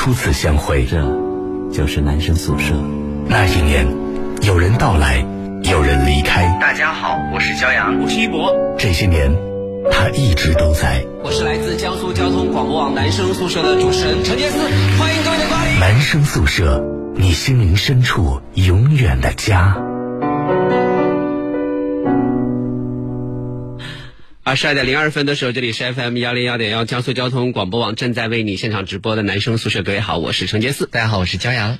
初次相会。 这就是男生宿舍。 那一年，有人到来，有人离开。 大家好，我是骄阳， 我是一博。 这些年，他一直都在。 我是来自江苏交通广播网男生宿舍的主持人陈杰斯，欢迎各位的光临。 男生宿舍，你心灵深处永远的家。 22:02的时候，这里是 FM101.1江苏交通广播网正在为你现场直播的男生宿舍。各位好，我是陈杰斯。 大家好，我是骄阳。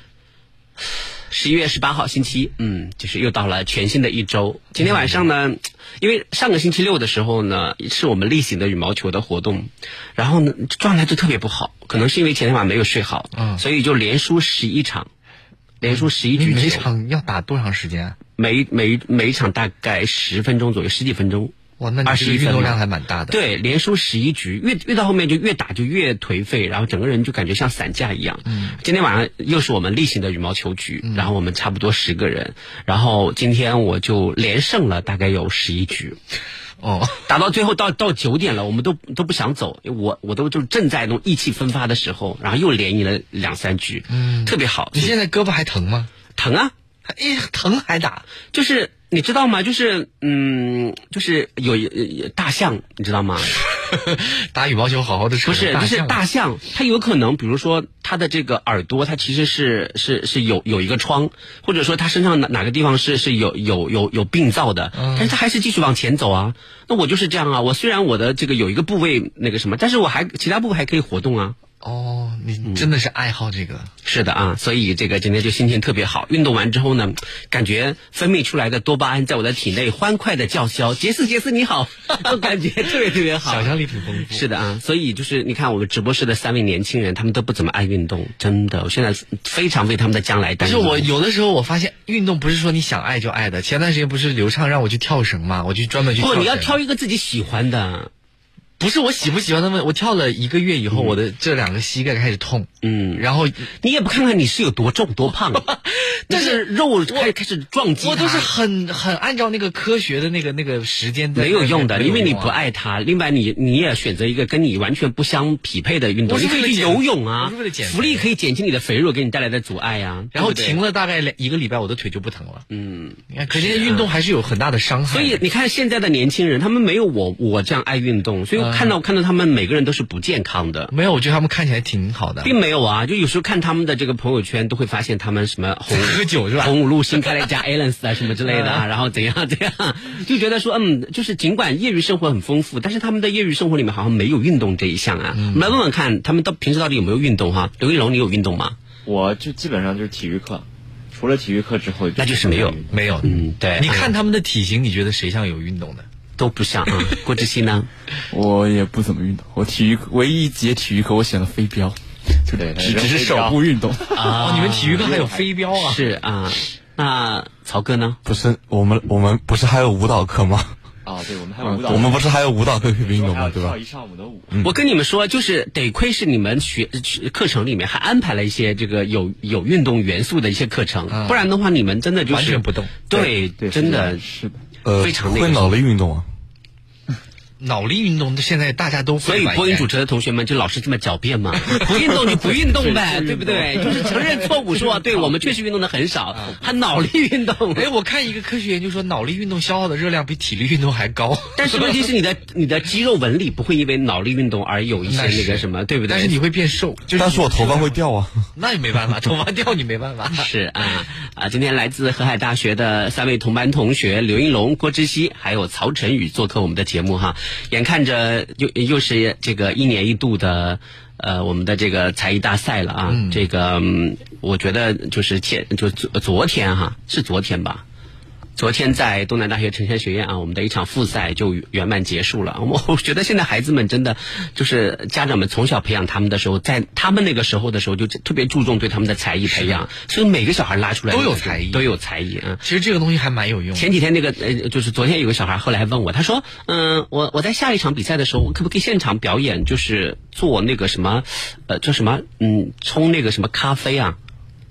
11月18号星期一，就是又到了全新的一周。今天晚上呢，因为上个星期六的时候呢，是我们例行的羽毛球的活动，然后呢状态就特别不好，可能是因为前天晚上没有睡好，所以就连输11场，连输11局。 每场要打多长时间啊？ 每场大概10分钟左右，10几分钟。 哇，那你这个运动量还蛮大的。 对，连输11局，越到后面就越打就越颓废，然后整个人就感觉像散架一样。今天晚上又是我们例行的羽毛球局，然后我们差不多10个人，然后今天我就连胜了大概有11局。打到最后到9点了，我们都不想走，我都就正在那种意气风发的时候，然后又连赢了2、3局，特别好。 你现在胳膊还疼吗？ 疼啊， 疼还打， 就是你知道吗？就是有大象，你知道吗？ 打羽毛球好好的不是，就是大象，它有可能，比如说它的这个耳朵，它其实是有一个疮，或者说它身上哪个地方是有病灶的，但是它还是继续往前走啊。那我就是这样啊，我虽然我的这个有一个部位那个什么，但是我其他部位还可以活动啊。 你真的是爱好这个。 是的啊，所以这个今天就心情特别好。运动完之后呢，感觉分泌出来的多巴胺在我的体内欢快的叫嚣，杰斯你好，就感觉特别好， 想象力挺丰富。 是的啊，所以就是你看我们直播室的3位年轻人，他们都不怎么爱运动，真的，我现在非常为他们的将来担忧。 但是我有的时候我发现运动不是说你想爱就爱的。前段时间不是刘畅让我去跳绳嘛，我就专门去跳绳。 不，你要挑一个自己喜欢的。 不是我喜不喜欢他们，我跳了1个月以后，我的这2个膝盖开始痛。然后你也不看看你是有多重多胖，但是肉开始撞击它。 我都是很按照那个科学的那个时间没有用的，因为你不爱它。另外你也选择一个跟你完全不相匹配的运动，你可以去游泳啊，浮力可以减轻你的肥肉给你带来的阻碍啊。 然后停了大概1个礼拜，我的腿就不疼了。你看，可见运动还是有很大的伤害。 所以你看现在的年轻人，他们没有我这样爱运动，所以看到他们每个人都是不健康的。 没有，我觉得他们看起来挺好的。 并没有啊，就有时候看他们的这个朋友圈，都会发现他们什么喝酒是吧？ 红五路新开了一家 Allen's 啊什么之类的啊，然后怎样，就觉得说就是尽管业余生活很丰富，但是他们的业余生活里面好像没有运动这一项啊。我们来问问看，他们平时到底有没有运动哈？刘一龙，你有运动吗？ 我就基本上就是体育课，除了体育课之后， 那就是没有。 对。你看他们的体型，你觉得谁像有运动的？ 都不像啊。郭志熙呢？ 我也不怎么运动，我唯一一节体育课我选了飞镖，只是手部运动啊。你们体育课还有飞镖啊？ 是啊。那曹哥呢？ 不是，我们不是还有舞蹈课吗？ 对，我们还有舞蹈课。 我们不是还有舞蹈课可以运动吗？对吧？ 跳一上午的舞。 我跟你们说，就是得亏是你们课程里面还安排了一些这个有运动元素的一些课程，不然的话你们真的就是完全不动。 对，真的是的。 非常会脑力运动啊。 脑力运动现在大家都会， 所以播音主持的同学们就老是这么狡辩嘛，不运动就不运动呗，对不对？就是承认错误说，对我们确实运动的很少，还脑力运动。 我看一个科学研究说，脑力运动消耗的热量比体力运动还高。 但是问题是你的肌肉纹理不会因为脑力运动而有一些那个什么，对不对？ 但是你会变瘦， 但是我头发会掉啊。 那也没办法，头发掉你没办法。 是啊，今天来自河海大学的3位同班同学刘英龙、郭之熙还有曹晨宇做客我们的节目哈。眼看着又是这个1年1度的我们的这个才艺大赛了啊。这个我觉得就是昨天哈，是昨天吧。昨天在东南大学城山学院啊，我们的一场复赛就圆满结束了。我觉得现在孩子们真的就是家长们从小培养他们的时候，在他们那个时候的时候就特别注重对他们的才艺培养，所以每个小孩拉出来都有才艺啊。 其实这个东西还蛮有用的。 前几天就是昨天有个小孩后来还问我，他说我在下一场比赛的时候，我可不可以现场表演，就是做那个什么叫什么冲那个什么咖啡啊？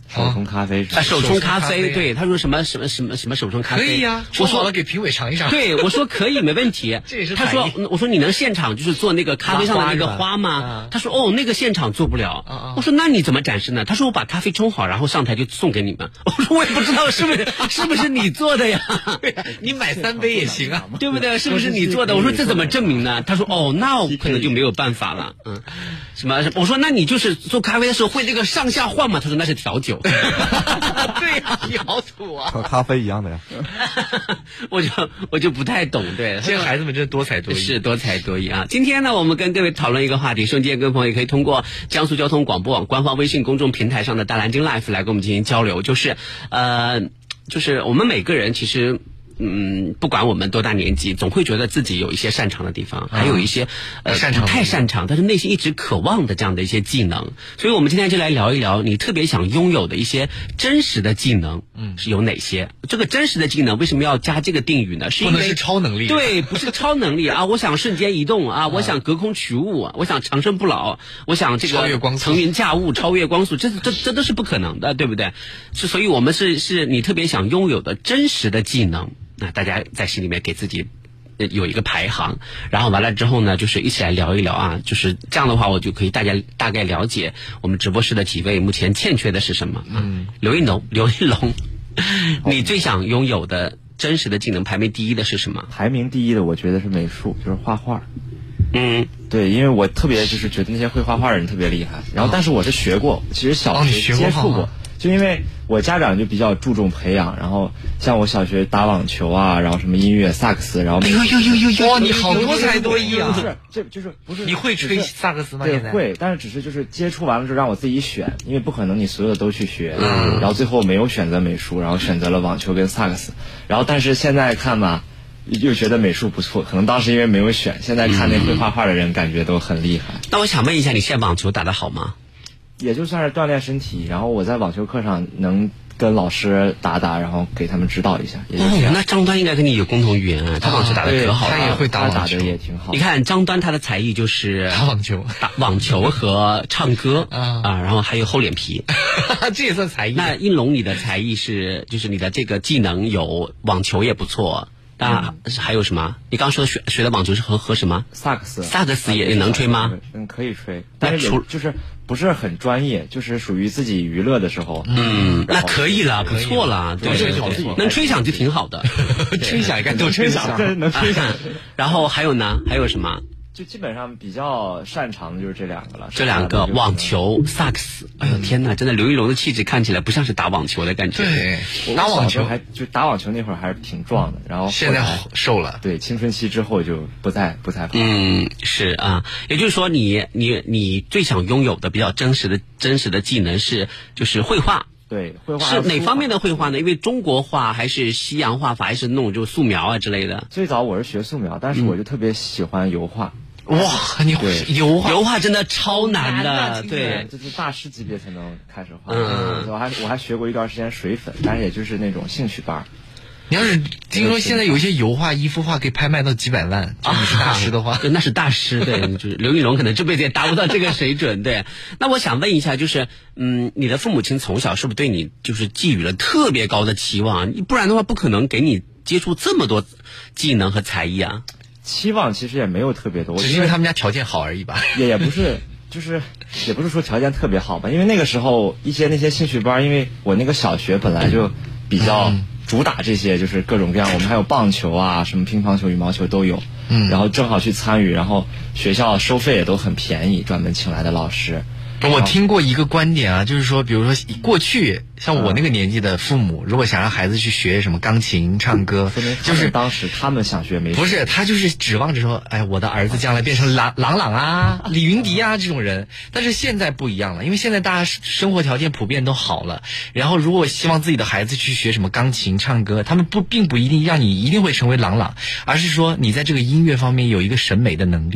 手冲咖啡是吧？ 手冲咖啡， 手冲咖啡对，他说什么手冲咖啡？ 可以呀， 我说好了给评委尝一尝。 对，我说可以，没问题。 这也是他说才艺， 我说你能现场就是做那个咖啡上的那个花吗？ 啊他说哦，那个现场做不了。我说那你怎么展示呢？他说我把咖啡冲好，然后上台就送给你们。我说我也不知道是不是你做的呀？ 你买3杯也行啊， 对不对？是不是你做的？我说这怎么证明呢？他说哦，那我可能就没有办法了。什么？我说那你就是做咖啡的时候会这个上下换吗？他说那是调酒。 对呀，你好土啊！ 和咖啡一样的呀。 我就不太懂，对， 这些孩子们真的多才多艺， 是多才多艺啊！今天呢，我们跟各位讨论一个话题，瞬间各位朋友可以通过江苏交通广播网官方微信公众平台上的大蓝鲸 Life 来跟我们进行交流，就是我们每个人其实。不管我们多大年纪，总会觉得自己有一些擅长的地方，还有一些不太擅长，但是内心一直渴望的这样的一些技能。所以我们今天就来聊一聊你特别想拥有的一些真实的技能，是有哪些？这个真实的技能为什么要加这个定语呢？是因为不能是超能力， 对，不是超能力啊！我想瞬间移动啊，我想隔空取物，我想长生不老，我想这个腾云驾雾、超越光速，这都是不可能的，对不对？所以我们是你特别想拥有的真实的技能。那大家在心里面给自己有一个排行，然后完了之后呢，就是一起来聊一聊啊，就是这样的话，我就可以大概了解我们直播室的几位目前欠缺的是什么。刘一龙，你最想拥有的真实的技能排名第一的是什么？ 排名第一的，我觉得是美术，就是画画。对，因为我特别就是觉得那些会画画的人特别厉害，然后但是我是学过，其实小学接触过。就因为我家长就比较注重培养，然后像我小学打网球啊，然后什么音乐萨克斯，然后哇，你好多才多艺啊！ 不是你会吹萨克斯吗？ 对，会，但是只是就是接触完了之后让我自己选，因为不可能你所有的都去学，然后最后没有选择美术，然后选择了网球跟萨克斯，然后但是现在看吧，又觉得美术不错，可能当时因为没有选，现在看那会画画的人感觉都很厉害。 那我想问一下，你现在网球打得好吗？ 也就算是锻炼身体，然后我在网球课上能跟老师打，然后给他们指导一下。 那张端应该跟你有共同语言啊，他网球打得可好了， 他也会打网球， 打得也挺好。 你看张端他的才艺就是打网球和唱歌然后还有厚脸皮， 这也算才艺。 那应龙你的才艺就是你的这个技能有网球也不错。那还有什么？你刚说学的网球是和什么？ 萨克斯也能吹吗？ 可以吹，但是就是不是很专业，就是属于自己娱乐的时候。 那可以了，不错了，对，能吹响就挺好的， 吹响应该都吹响， 能吹响。 然后还有呢？还有什么？ 就基本上比较擅长的就是这两个了。 这两个网球、萨克斯。哎呦天哪，真的刘一龙的气质看起来不像是打网球的感觉。 对，打网球打网球那会儿还是挺壮的，然后现在瘦了。 对，青春期之后就不再跑。 是啊，也就是说你最想拥有的比较真实的技能就是绘画。 对，绘画是哪方面的绘画呢？因为中国画还是西洋画法，还是那种就素描啊之类的？ 最早我是学素描，但是我就特别喜欢油画。 哇，你会油画真的超难的，对， 这是大师级别才能开始画。我还学过一段时间水粉，但是也就是那种兴趣班。 你要是听说现在有一些油画一幅画可以拍卖到几百万，就你是大师的话， 那是大师，对，就是刘一龙可能这辈子也达不到这个水准，对。那我想问一下，就是你的父母亲从小是不是对你就是寄予了特别高的期望？不然的话不可能给你接触这么多技能和才艺啊。 期望其实也没有特别多， 只是因为他们家条件好而已吧。 也不是，就是也不是说条件特别好吧，因为那个时候那些兴趣班，因为我那个小学本来就比较主打这些，就是各种各样，我们还有棒球啊，什么乒乓球、羽毛球都有。然后正好去参与，然后学校收费也都很便宜，专门请来的老师。 我听过一个观点啊，就是说，比如说过去像我那个年纪的父母，如果想让孩子去学什么钢琴、唱歌， 就是当时他们想学没学， 不是他就是指望着说，哎，我的儿子将来变成郎啊、李云迪啊这种人。但是现在不一样了，因为现在大家生活条件普遍都好了，然后如果希望自己的孩子去学什么钢琴、唱歌，他们并不一定让你一定会成为郎，而是说你在这个音乐方面有一个审美的能力。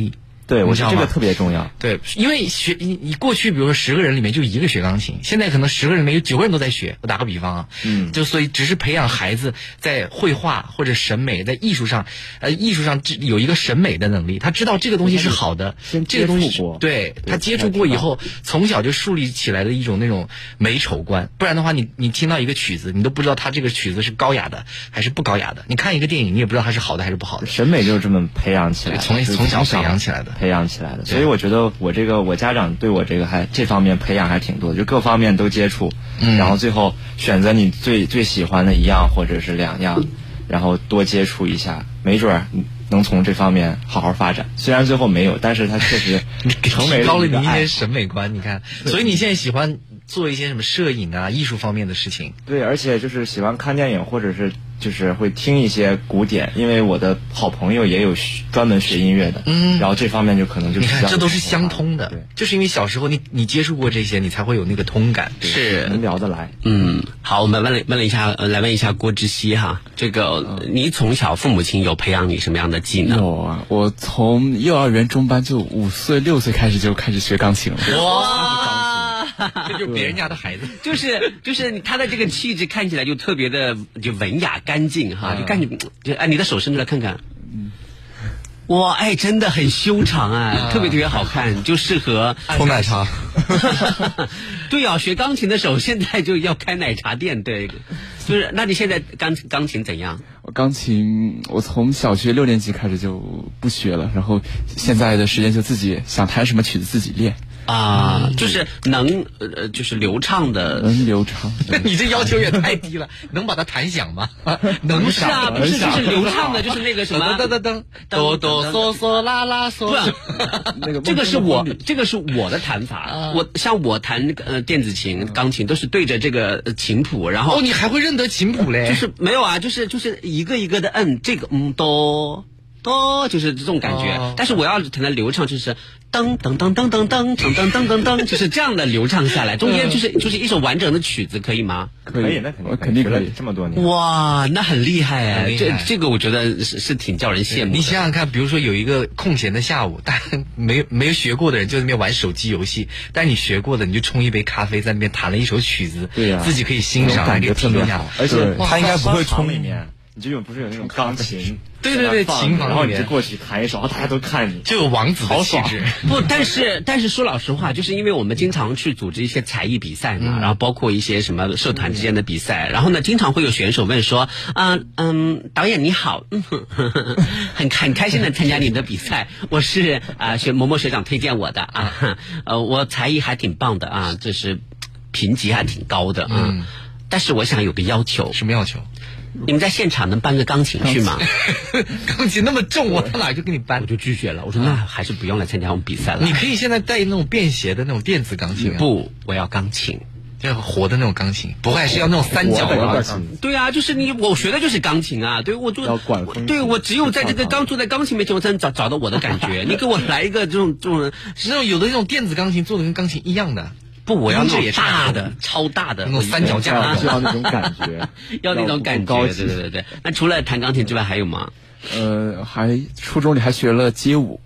对，我觉得这个你知道吗特别重要。 对，因为你过去比如说10个人里面就1个学钢琴，现在可能10个人里面有9个人都在学。我打个比方啊，就所以只是培养孩子在绘画或者审美，在艺术上有一个审美的能力，他知道这个东西是好的，这个东西对他接触过以后，从小就树立起来的一种那种美丑观。不然的话，你听到一个曲子，你都不知道他这个曲子是高雅的还是不高雅的。你看一个电影，你也不知道它是好的还是不好的。 审美就是这么培养起来的， 从小培养起来的。 所以我觉得我家长对我这方面培养还挺多的，就各方面都接触，然后最后选择你最喜欢的1样或者是2样，然后多接触一下，没准儿能从这方面好好发展。虽然最后没有，但是他确实成为提高了你一些审美观。你看，所以你现在喜欢做一些什么摄影啊、艺术方面的事情。 对，而且就是喜欢看电影，或者是就是会听一些古典，因为我的好朋友也有专门学音乐的，然后这方面就可能就你看这都是相通的，就是因为小时候你接触过这些，你才会有那个通感， 是能聊得来。 好，我们来问一下郭之熙哈，这个你从小父母亲有培养你什么样的技能？ 有啊，我从幼儿园中班就5岁6岁开始学钢琴了。 哇，这就是别人家的孩子， 就是他的这个气质看起来就特别的就文雅干净哈，就感觉你的手伸出来看看。哇，真的很修长啊，特别好看，就适合冲奶茶。 对啊，学钢琴的手现在就要开奶茶店，对，就是那你现在钢琴怎样？ 钢琴我从小学6年级开始就不学了，然后现在的时间就自己想弹什么曲子自己练。 就是能就是流畅的， 能流畅。 你这要求也太低了，能把它弹响吗？能是啊，不是就是流畅的，就是那个什么噔噔噔哆哆嗦嗦啦啦嗦。 那个这个是我的弹法。我弹电子琴、钢琴都是对着这个琴谱，然后你还会认得琴谱嘞？ 就是没有啊，就是一个一个的摁这个哆。就是这种感觉，但是我要弹的流畅，就是噔噔噔噔噔噔噔噔噔噔噔，就是这样的流畅下来，中间就是一首完整的曲子，可以吗？ 可以，那肯定可以。这么多年， 哇，那很厉害哎！这个我觉得是挺叫人羡慕的。 你想想看，比如说有一个空闲的下午，大家没有学过的人就在那边玩手机游戏，但是你学过的，你就冲一杯咖啡，在那边弹了一首曲子， 对呀， 自己可以欣赏， 感觉听一下。 而且他应该不会冲里面。你就不是有那种钢琴？ 对，琴房， 然后你就过去弹一首，大家都看你， 就有王子的气质。 不，但是说老实话，就是因为我们经常去组织一些才艺比赛嘛，然后包括一些什么社团之间的比赛，然后呢，经常会有选手问说，导演你好，很开心的参加你的比赛，我是学某某学长推荐我的我才艺还挺棒的啊，这是评级还挺高的但是我想有个要求。 什么要求？ 你们在现场能搬个钢琴去吗？ 钢琴那么重，我到哪就给你搬？ 我就拒绝了。我说那还是不用来参加我们比赛了。 你可以现在带那种便携的那种电子钢琴。 不，我要钢琴， 要活的那种钢琴，不会是要那种3角的钢琴？ 对啊，就是我学的就是钢琴啊。对，我只有在这个坐在钢琴面前，我才能找到我的感觉。你给我来一个这种有的那种电子钢琴做的跟钢琴一样的。 不，我要那种大的、超大的那种3脚架， 要那种感觉， 要那种感觉。对。那除了弹钢琴之外还有吗？ 初中里还学了街舞。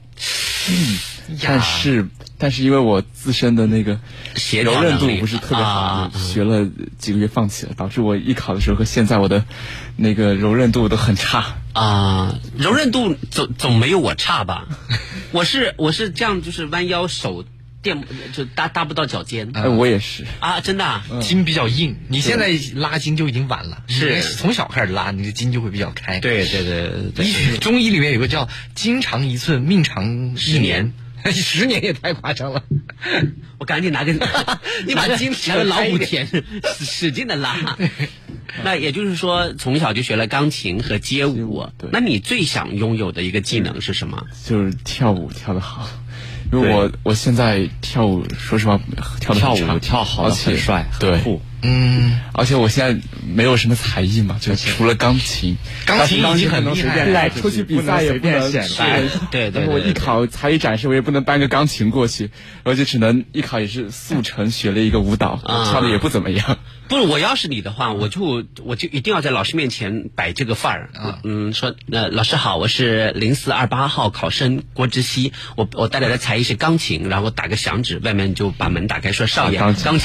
但是因为我自身的那个柔韧度不是特别好，学了几个月放弃了，导致我艺考的时候和现在我的那个柔韧度都很差柔韧度总没有我差吧？我是这样，就是弯腰手。就搭不到脚尖。 我也是真的筋比较硬，你现在拉筋就已经晚了，是从小开始拉，你的筋就会比较开。 对， 中医里面有个叫筋长1寸，命长1年，10年也太夸张了。 我赶紧拿个你把筋拿个老虎钳使劲的拉。那也就是说，从小就学了钢琴和街舞。那你最想拥有的一个技能是什么？ 就是跳舞跳得好。因为我现在跳舞，说实话跳得很差， 跳好很帅，很酷。 而且我现在没有什么才艺嘛，就除了钢琴已经很厉害了， 出去比赛也不能显对，我艺考才艺展示我也不能搬个钢琴过去，然后就只能艺考也是速成学了一个舞蹈，跳的也不怎么样。 不是，我要是你的话，我就一定要在老师面前摆这个范儿说老师好，我是0428号考生郭之熙，我带来的才艺是钢琴，然后打个响指，外面就把门打开，说少爷钢琴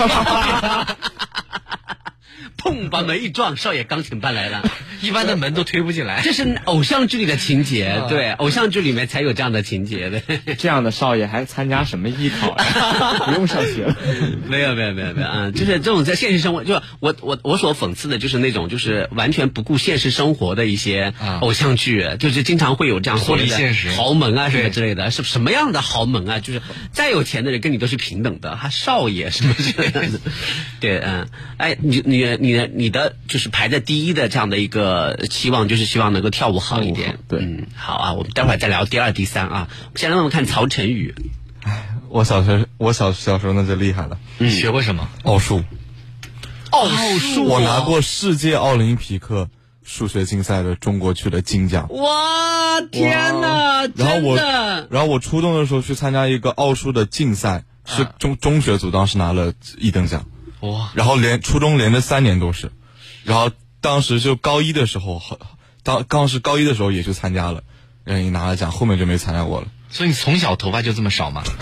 砰，把门一撞，少爷钢琴搬来了。 一般的门都推不进来。 这是偶像剧里的情节，对，偶像剧里面才有这样的情节的。 这样的少爷还参加什么艺考呀？不用上学了。 没有就是这种在现实生活，就我所讽刺的就是那种就是完全不顾现实生活的一些偶像剧，就是经常会有这样脱离现实豪门啊什么之类的，是什么样的豪门啊？就是再有钱的人跟你都是平等的，还少爷什么之类的。对，你的就是排在第一的这样的一个期望，就是希望能够跳舞好一点。 对， 好啊，我们待会儿再聊第2、第3啊。先来问问看曹晨宇。 我小时候那就厉害了。 学过什么？ 奥数。 奥数， 我拿过世界奥林匹克数学竞赛的中国区的金奖。 哇，天哪！ 然后我初中的时候去参加一个奥数的竞赛，是中学组，当时拿了1等奖。 哇！ 然后初中连着3年都是，然后当时就高一的时候，刚是高一的时候也去参加了，也拿了奖，后面就没参加过了。 所以你从小头发就这么少吗？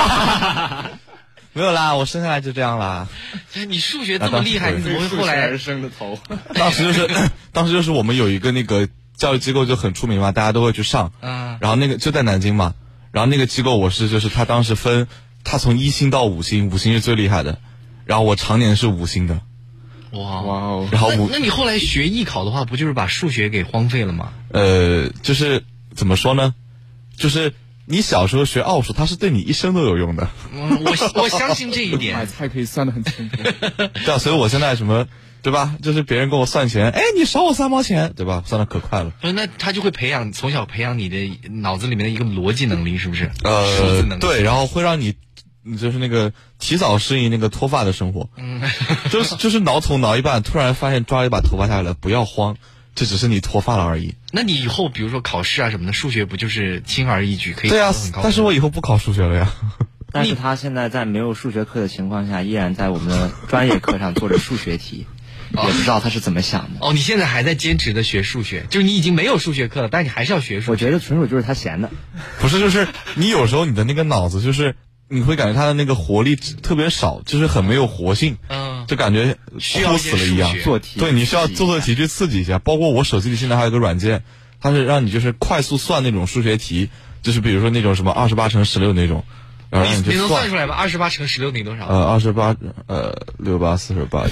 没有啦，我生下来就这样啦。 你数学这么厉害，你怎么会后来而生的头？ 当时就是我们有一个那个教育机构就很出名嘛，大家都会去上。然后那个就在南京嘛，然后那个机构就是他当时分，他从1星到5星，5星是最厉害的。然后我常年是5星的。 哇哦！ 然后那你后来学艺考的话，不就是把数学给荒废了吗？ 就是怎么说呢？就是你小时候学奥数，它是对你一生都有用的。 我相信这一点。 买菜可以算得很清楚。 对啊，所以我现在对吧？就是别人跟我算钱，哎，你少我3毛钱，对吧？算得可快了。 不是，那他就会从小培养你的脑子里面的一个逻辑能力，是不是？数字能力。 对，然后会让你就是那个提早适应那个脱发的生活。就是挠头挠一半，突然发现抓一把头发下来了，不要慌，这只是你脱发了而已。 那你以后比如说考试啊什么的，数学不就是轻而易举，可以考得很高？ 但是我以后不考数学了呀。 但是他现在在没有数学课的情况下，依然在我们的专业课上做着数学题。也不知道他是怎么想的。 哦，你现在还在坚持的学数学，就是你已经没有数学课了，但是你还是要学数学。 我觉得纯属就是他闲的。 不是，就是你有时候你的那个脑子就是你会感觉他的那个活力特别少，就是很没有活性。就感觉枯死了一样。 做题。 对，你需要做题去刺激一下。包括我手机里现在还有一个软件，它是让你就是快速算那种数学题，就是比如说那种什么28乘16那种。然后你能算出来吗？28乘16等于多少 ？286848，448。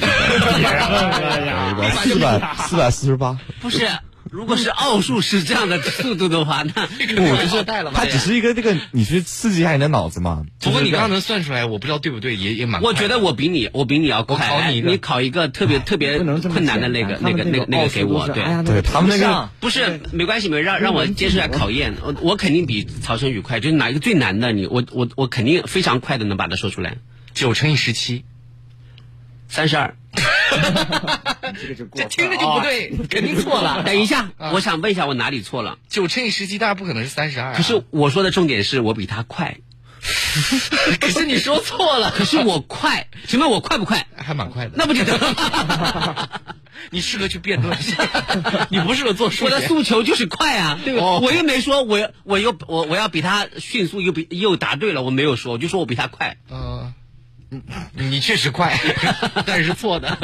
不是，如果是奥数是这样的速度的话，那就是它只是一个你去刺激一下你的脑子嘛。 不过你刚刚能算出来，我不知道对不对，也蛮快的。 我觉得我比你要快。你考一个特别困难的那个给我， 对他们那个不是没关系，让我接受下考验，我肯定比曹晨宇快。就是哪一个最难的，我肯定非常快的能把它说出来。 9乘以17。 32。 这听着就不对，肯定错了。 等一下，我想问一下我哪里错了 ？9乘以17当然不可能是32。 可是我说的重点是我比他快。 可是你说错了。 可是我快，请问我快不快？ 还蛮快的。 那不就得了？ 你适合去辩论，你不适合做数学。 我的诉求就是快啊，对吧？我又没说我要比他迅速，又答对了，我没有说，我就说我比他快。 你确实快，但是错的。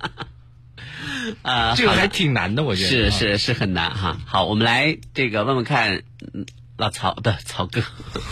这个还挺难的，我觉得是很难哈。好，我们来这个问问看，老曹的曹哥，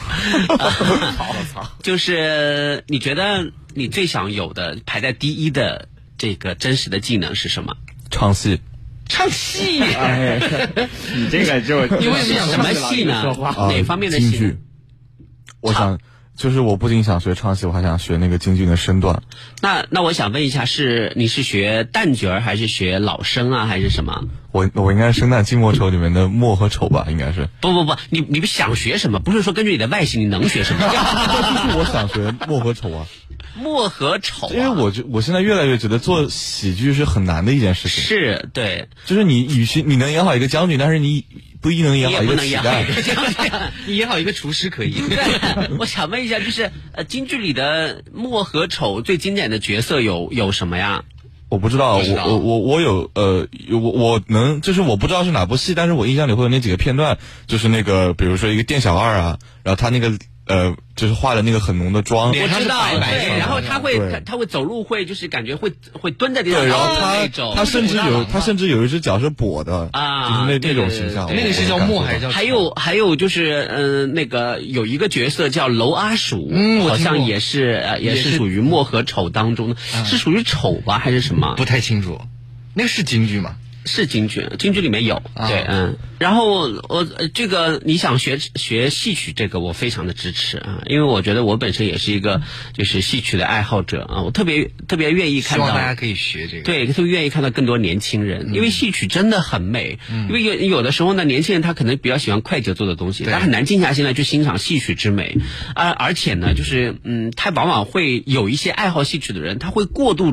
曹，就是你觉得你最想有的排在第一的这个真实的技能是什么？ 唱戏。 唱戏？ 你这个就你为什么戏呢？哪方面的戏？ 京剧。我想。就是我不仅想学唱戏，我还想学那个京剧的身段。 那我想问一下，你是学旦角还是学老生啊，还是什么？ 我应该是生旦净末丑里面的末和丑吧，应该是。 不，你想学什么？不是说根据你的外形你能学什么？ 就是我想学末和丑啊。 墨和丑， 因为我现在越来越觉得做喜剧是很难的一件事情。 是，对， 就是你与其你能演好一个将军，但是你不一定能演好一个乞丐。 你演好一个厨师可以。 对，我想问一下，就是京剧里的墨和丑最经典的角色有什么呀？ 我不知道，我有我能就是我不知道是哪部戏，但是我印象里会有那几个片段，就是那个比如说一个店小二啊，然后他那个就是化了那个很浓的妆， 我知道，对，然后他会走路会就是感觉会蹲在地上， 对，然后他甚至有一只脚是跛的啊， 就是那种形象， 那个是叫墨还是叫？ 还有就是那个有一个角色叫娄阿鼠，好像也是属于墨和丑当中的，是属于丑吧还是什么？ 不太清楚，那个是京剧吗？ 是京剧里面有，对，然后这个你想学戏曲，这个我非常的支持啊，因为我觉得我本身也是一个就是戏曲的爱好者啊，我特别愿意看到， 希望大家可以学这个， 对，特别愿意看到更多年轻人，因为戏曲真的很美，因为有的时候呢，年轻人他可能比较喜欢快节奏的东西，他很难静下心来去欣赏戏曲之美，而且呢，就是他往往会有一些爱好戏曲的人，他会过度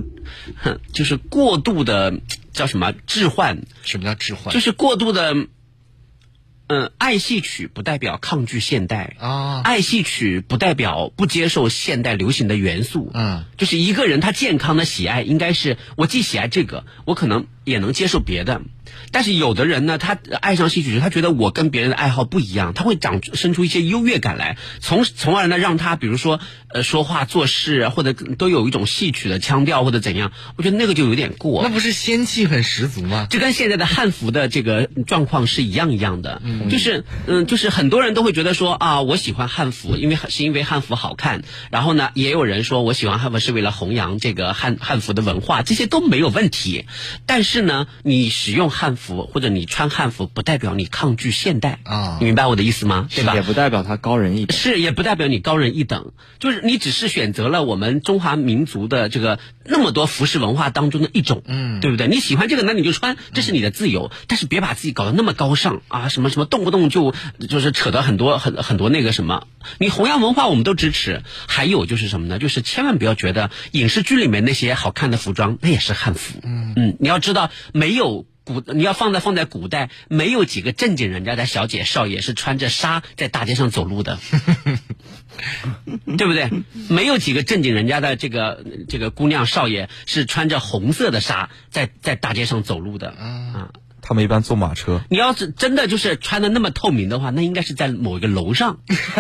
的。叫什么置换？ 什么叫置换？ 就是过度的，爱戏曲不代表抗拒现代啊，爱戏曲不代表不接受现代流行的元素，就是一个人他健康的喜爱应该是我既喜爱这个，我可能也能接受别的。但是有的人呢，他爱上戏曲时，他觉得我跟别人的爱好不一样，他会生出一些优越感来，从而呢让他比如说说话做事或者都有一种戏曲的腔调或者怎样，我觉得那个就有点过。 那不是仙气很十足吗？ 就跟现在的汉服的这个状况是一样的，就是很多人都会觉得说啊，我喜欢汉服，因为汉服好看，然后呢，也有人说我喜欢汉服是为了弘扬这个汉服的文化，这些都没有问题。但是呢，你使用汉服或者你穿汉服，不代表你抗拒现代啊，你明白我的意思吗？对吧？ 也不代表他高人一等， 也不代表你高人一等，就是你只是选择了我们中华民族的这个那么多服饰文化当中的一种，对不对？你喜欢这个，那你就穿，这是你的自由，但是别把自己搞得那么高尚啊，什么动不动就是扯到很多那个什么。你弘扬文化我们都支持，还有就是什么呢？就是千万不要觉得影视剧里面那些好看的服装那也是汉服，你要知道你要放在古代，没有几个正经人家的小姐少爷是穿着纱在大街上走路的，对不对？没有几个正经人家的这个姑娘少爷是穿着红色的纱在大街上走路的啊。 他们一般坐马车。 你要是真的就是穿的那么透明的话，那应该是在某一个楼上，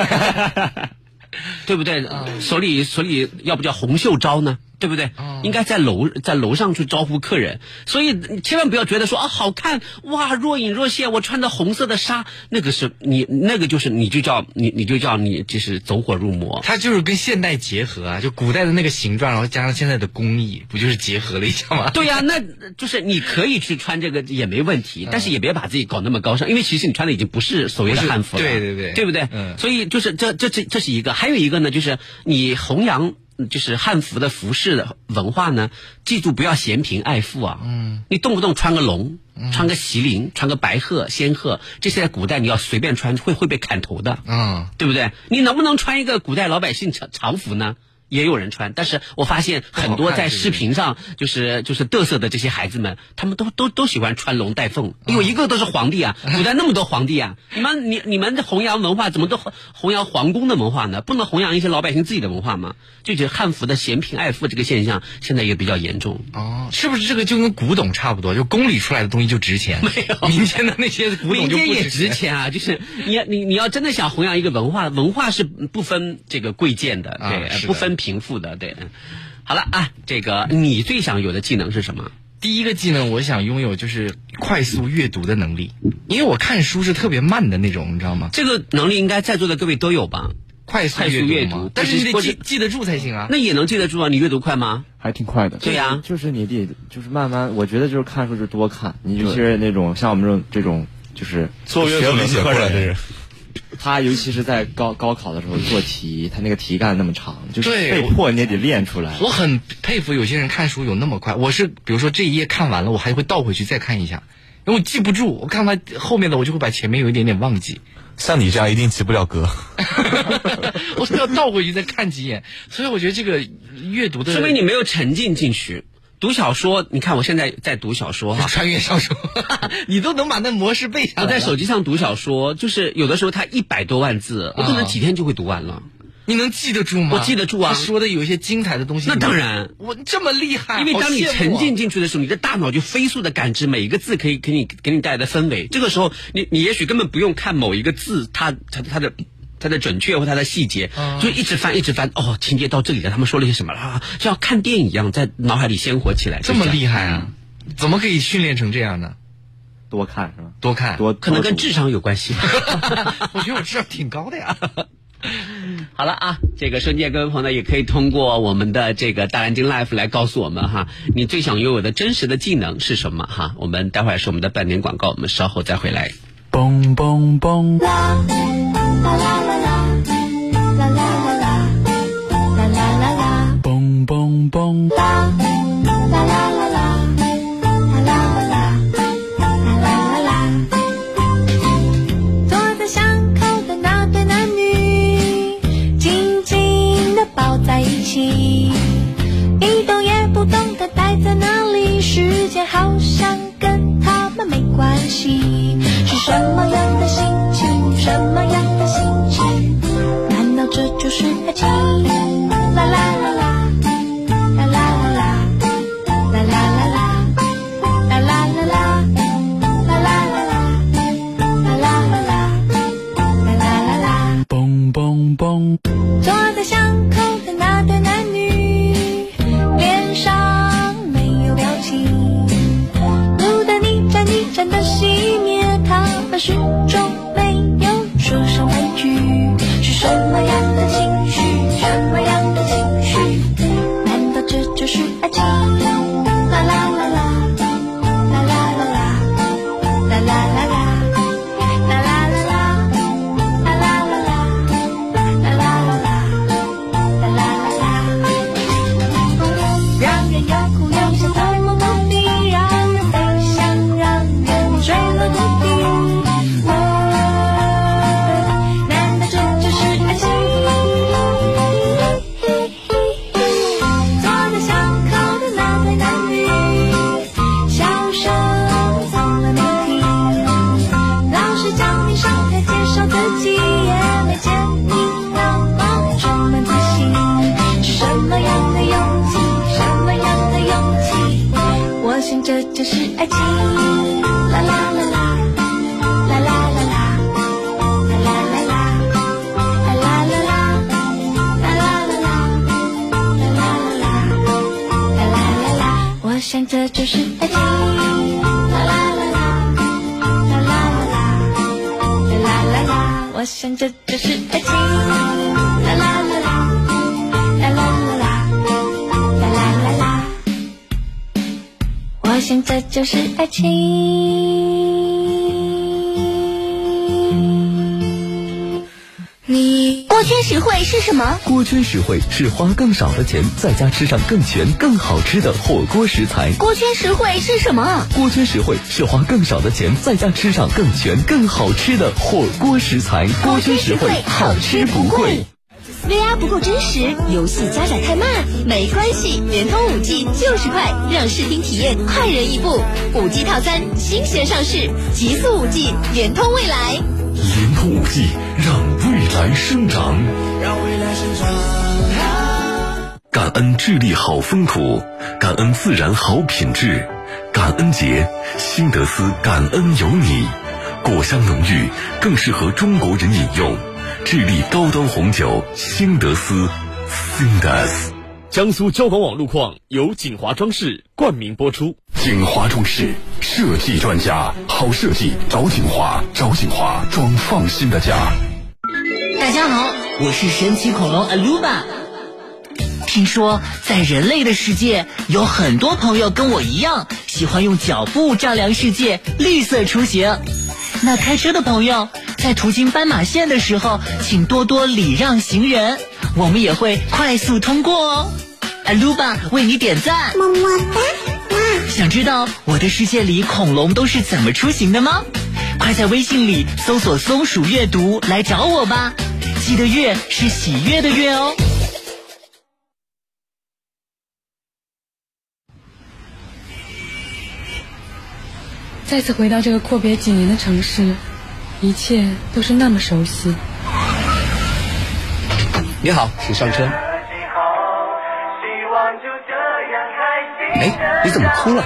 对不对？所以要不叫红袖招呢？对不对？应该在楼上去招呼客人，所以千万不要觉得说啊好看哇若隐若现，我穿的红色的纱，那个是你就叫你就是走火入魔。 它就是跟现代结合啊，就古代的那个形状，然后加上现在的工艺，不就是结合了一下吗？ 对呀，那就是你可以去穿这个也没问题，但是也别把自己搞那么高尚，因为其实你穿的已经不是所谓的汉服了，对不对？所以就是这是一个，还有一个呢，就是你弘扬。就是汉服的服饰的文化呢，记住不要嫌贫爱富啊！你动不动穿个龙，穿个麒麟，穿个白鹤、仙鹤，这些在古代你要随便穿会被砍头的，对不对？你能不能穿一个古代老百姓常服呢？也有人穿，但是我发现很多在视频上就是嘚瑟的这些孩子们，他们都喜欢穿龙带凤，有一个都是皇帝啊，古代那么多皇帝啊，你们弘扬文化怎么都弘扬皇宫的文化呢？不能弘扬一些老百姓自己的文化吗？就汉服的嫌贫爱富这个现象现在也比较严重是不是这个就跟古董差不多？就宫里出来的东西就值钱， 没有民间的那些古董就不值钱， 民间也值钱啊！就是你要真的想弘扬一个文化是不分这个贵贱的，对，不分贫富的，对。好了啊，这个你最想有的技能是什么？ 第一个技能我想拥有就是快速阅读的能力，因为我看书是特别慢的那种，你知道吗？ 这个能力应该在座的各位都有吧？ 快速阅读，但是你得记得住才行啊。 那也能记得住啊？你阅读快吗？ 还挺快的。 对呀， 就是你得就是慢慢，我觉得就是看书就多看，你尤其是那种像我们这种就是做阅读理解过来的人。 他尤其是在高考的时候做题，他那个题干那么长，就是被迫你也得练出来。 我很佩服有些人看书有那么快，我是比如说这一页看完了，我还会倒回去再看一下，因为我记不住，我看完后面的我就会把前面有一点点忘记。 像你这样一定及不了格。 我是要倒回去再看几眼，所以我觉得这个阅读的， 说明你没有沉浸进去。读小说，你看我现在在读小说哈， 穿越小说，你都能把那模式背下来。 我在手机上读小说，就是有的时候它100多万字，我可能几天就会读完了。 你能记得住吗？ 我记得住啊。 他说的有一些精彩的东西。 那当然， 我这么厉害， 因为当你沉浸进去的时候，你的大脑就飞速的感知每一个字可以给你带来的氛围。这个时候，你也许根本不用看某一个字，它的准确或它的细节，就一直翻，哦，情节到这里了，他们说了些什么了，像看电影一样在脑海里鲜活起来。 这么厉害啊？怎么可以训练成这样呢？ 多看是吧？ 多看， 可能跟智商有关系。 我觉得我智商挺高的呀。 好了啊，这个瞬间各位朋友也可以通过我们的这个大蓝鲸 Life 来告诉我们哈，你最想拥有的真实的技能是什么哈？我们待会儿是我们的半年广告，我们稍后再回来。 嘣嘣嘣！ 啦啦啦啦啦啦啦啦啦啦啦啦！ 嘣嘣嘣！ 啦啦啦啦啦啦啦啦啦啦！坐在巷口的那对男女，紧紧地抱在一起，一动也不动地待在那里，时间好像跟他们没关系。是什么样的心情？什么样的心情？难道这就是爱情？啦啦啦啦，啦啦啦啦，啦啦啦啦，啦啦啦啦，啦啦啦啦，啦啦啦啦，啦啦啦啦。 嘣嘣嘣！ 坐在巷口的那对男女，脸上没有表情，路灯一盏一盏的熄灭，他们始终没有说上一句，是什么样的情绪？什么样的情绪？难道这就是爱情？啦啦啦啦，啦啦啦啦，啦啦啦啦，啦啦啦啦，啦啦啦啦，啦啦啦啦，啦啦啦啦。让人又哭又笑，怎么目的？让人悲伤，让人坠落谷底。难道这就是爱情？坐在巷口的那对男女，笑声从来没停。老师叫你上台介绍自己，也没见你那么充满自信。是什么样的勇气？什么样的勇气？我想这就是爱情。啦啦啦啦，啦啦啦啦，啦啦啦啦，啦啦啦啦，啦啦啦啦，啦啦啦啦，啦啦啦啦。我想这就是爱情。啦啦啦啦，啦啦啦啦，啦啦啦啦。我想这就是爱情。啦啦啦啦，啦啦啦啦，啦啦啦啦。我想这就是爱情。你锅圈实惠是什么？ 锅圈实惠是花更少的钱，在家吃上更全、更好吃的火锅食材。 锅圈实惠是什么？ 锅圈实惠是花更少的钱，在家吃上更全、更好吃的火锅食材。 锅圈实惠，好吃不贵。VR 不够真实，游戏加载太慢，没关系，联通5G就是快，让视听体验快人一步。5G 套餐新鲜上市，极速5G，联通未来。 联通5G，让未来生长。 让未来生长。 感恩智利好风土，感恩自然好品质，感恩节，新德斯感恩有你，果香浓郁，更适合中国人饮用。智利高端红酒新德斯 Sindas。 江苏交广网路况由锦华装饰冠名播出。 锦华装饰设计专家，好设计找锦华，找锦华装放心的家。 大家好，我是神奇恐龙 Aluba。听说在人类的世界，有很多朋友跟我一样，喜欢用脚步丈量世界，绿色出行。那开车的朋友，在途经斑马线的时候，请多多礼让行人，我们也会快速通过哦。Aluba 为你点赞， 么么哒。 想知道我的世界里恐龙都是怎么出行的吗？快快在微信里搜索松鼠阅读来找我吧，记得阅是喜悦的悦哦。 再次回到这个阔别几年的城市，一切都是那么熟悉。 你好，请上车。哎，你怎么哭了？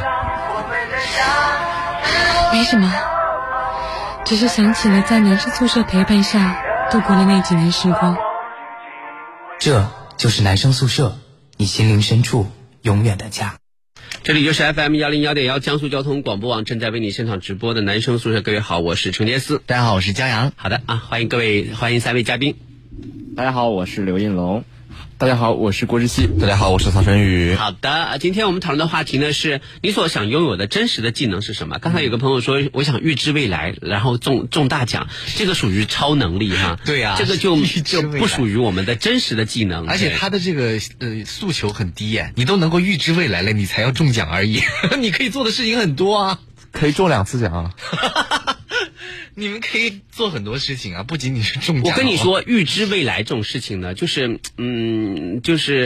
没什么，只是想起了在男生宿舍陪伴下度过的那几年时光。 这就是男生宿舍，你心灵深处永远的家。 这里就是 FM101.1江苏交通广播网正在为你现场直播的男生宿舍。各位好，我是程杰思。 大家好，我是江阳。 好的啊，欢迎各位，欢迎3位嘉宾。 大家好，我是刘应龙。 大家好，我是郭志熙。 大家好，我是曹晨宇。 好的，今天我们讨论的话题呢是你所想拥有的真实的技能是什么？刚才有个朋友说我想预知未来，然后中大奖，这个属于超能力哈。 对呀， 这个就不属于我们的真实的技能。 而且他的这个诉求很低耶，你都能够预知未来了，你才要中奖而已。你可以做的事情很多啊， 可以中2次奖啊。 你们可以做很多事情啊，不仅仅是中奖。 我跟你说，预知未来这种事情呢，就是你